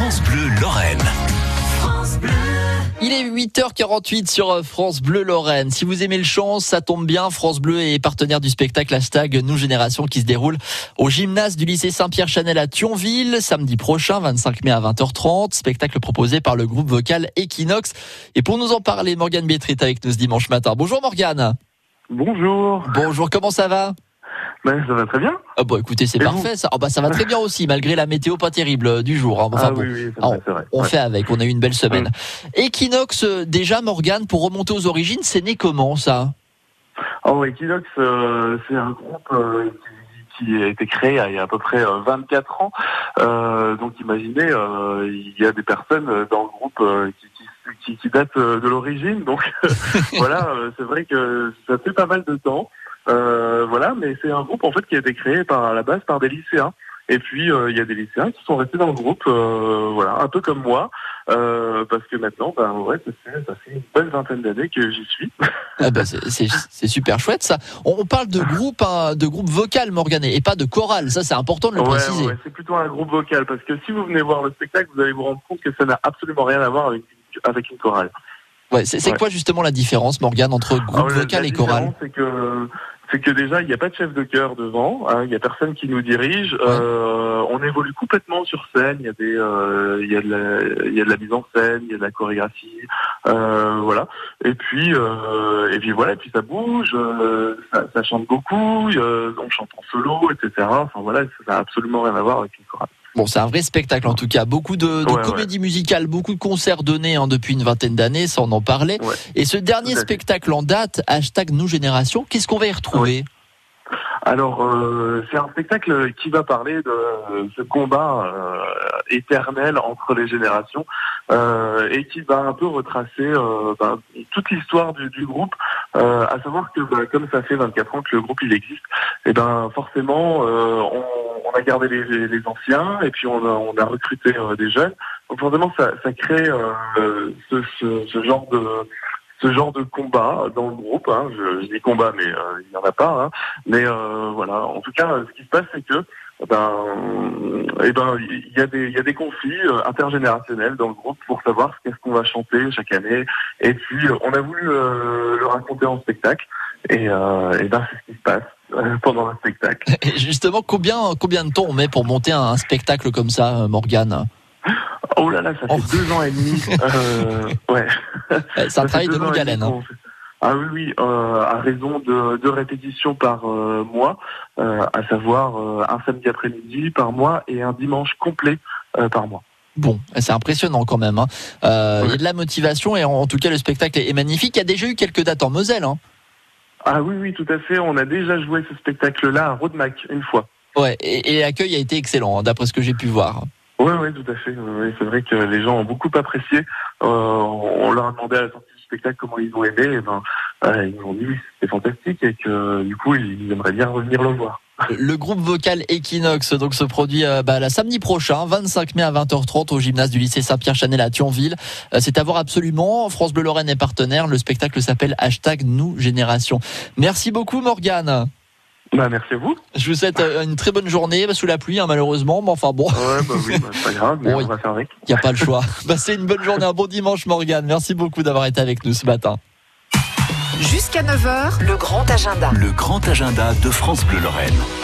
France Bleu Lorraine. Il est 8h48 sur France Bleu Lorraine. Si vous aimez le chant, ça tombe bien. France Bleu est partenaire du spectacle #Nous Génération qui se déroule au gymnase du lycée Saint-Pierre-Chanel à Thionville, samedi prochain, 25 mai à 20h30. Spectacle proposé par le groupe vocal Equinox. Et pour nous en parler, Morgane Bétrit est avec nous ce dimanche matin. Bonjour Morgane. Bonjour. Bonjour, comment ça va ? Ça va très bien. Ah bon, écoutez, c'est parfait ça. Ça va très bien aussi, malgré la météo pas terrible du jour. Oui, c'est vrai. On fait avec, on a eu une belle semaine. Equinox, déjà Morgane, pour remonter aux origines, c'est né comment ça ? Equinox, c'est un groupe qui a été créé il y a à peu près 24 ans. Donc imaginez, il y a des personnes dans le groupe qui datent de l'origine. Donc voilà, c'est vrai que ça fait pas mal de temps. Mais c'est un groupe en fait qui a été créé à la base par des lycéens. Et puis il y a des lycéens qui sont restés dans le groupe, un peu comme moi, parce que maintenant, ça fait une bonne vingtaine d'années que j'y suis. C'est super chouette ça. On parle de groupe vocal, Morgane, et pas de chorale. Ça, c'est important de le préciser. Ouais, c'est plutôt un groupe vocal, parce que si vous venez voir le spectacle, vous allez vous rendre compte que ça n'a absolument rien à voir avec une chorale. C'est quoi justement la différence, Morgane, entre groupe vocal et chorale ? C'est que déjà, il n'y a pas de chef de chœur devant, il n'y a personne qui nous dirige. On évolue complètement sur scène. Il y a de la mise en scène, il y a de la chorégraphie, Et puis ça bouge, ça chante beaucoup, on chante en solo, etc. Ça n'a absolument rien à voir avec une chorale. Bon, c'est un vrai spectacle en tout cas. Beaucoup de comédies musicales, beaucoup de concerts donnés depuis une vingtaine d'années, ça on en parlait. Ouais. Et ce dernier spectacle en date, #Nous Génération, qu'est-ce qu'on va y retrouver ? Alors, c'est un spectacle qui va parler de ce combat éternel entre les générations et qui va un peu retracer toute l'histoire du groupe, à savoir que comme ça fait 24 ans que le groupe il existe, et forcément on a gardé les anciens et puis on a recruté des jeunes. Donc forcément ça crée ce genre de combat dans le groupe, je dis combat, mais il n'y en a pas. Mais en tout cas, ce qui se passe, c'est que il y a des conflits intergénérationnels dans le groupe pour savoir qu'est-ce qu'on va chanter chaque année. Et puis, on a voulu le raconter en spectacle. Et c'est ce qui se passe pendant le spectacle. Et justement, combien de temps on met pour monter un spectacle comme ça, Morgane ? Oh là là, ça fait 2 ans et demi. C'est un travail de longue haleine. Ah oui, à raison de 2 répétitions par mois, à savoir un samedi après-midi par mois et un dimanche complet par mois. Bon, c'est impressionnant quand même. Il y a de la motivation et en tout cas le spectacle est magnifique. Il y a déjà eu quelques dates en Moselle. Ah oui, tout à fait. On a déjà joué ce spectacle-là à Rodemack une fois. Ouais, et l'accueil a été excellent, d'après ce que j'ai pu voir. Oui, tout à fait. Oui, c'est vrai que les gens ont beaucoup apprécié. On leur a demandé à la sortie du spectacle comment ils ont aimé. Ils nous ont dit oui, c'était fantastique et que du coup, ils aimeraient bien revenir le voir. Le groupe vocal Equinox se produit la samedi prochain, 25 mai à 20h30 au gymnase du lycée Saint-Pierre-Chanel à Thionville. C'est à voir absolument. France Bleu Lorraine est partenaire. Le spectacle s'appelle #Nous Génération. Merci beaucoup, Morgane. Merci à vous. Je vous souhaite une très bonne journée, sous la pluie malheureusement, mais enfin bon. C'est pas grave, mais on va faire avec. Il n'y a pas le choix. C'est une bonne journée, un bon dimanche, Morgane. Merci beaucoup d'avoir été avec nous ce matin. Jusqu'à 9h, le grand agenda. Le grand agenda de France Bleu Lorraine.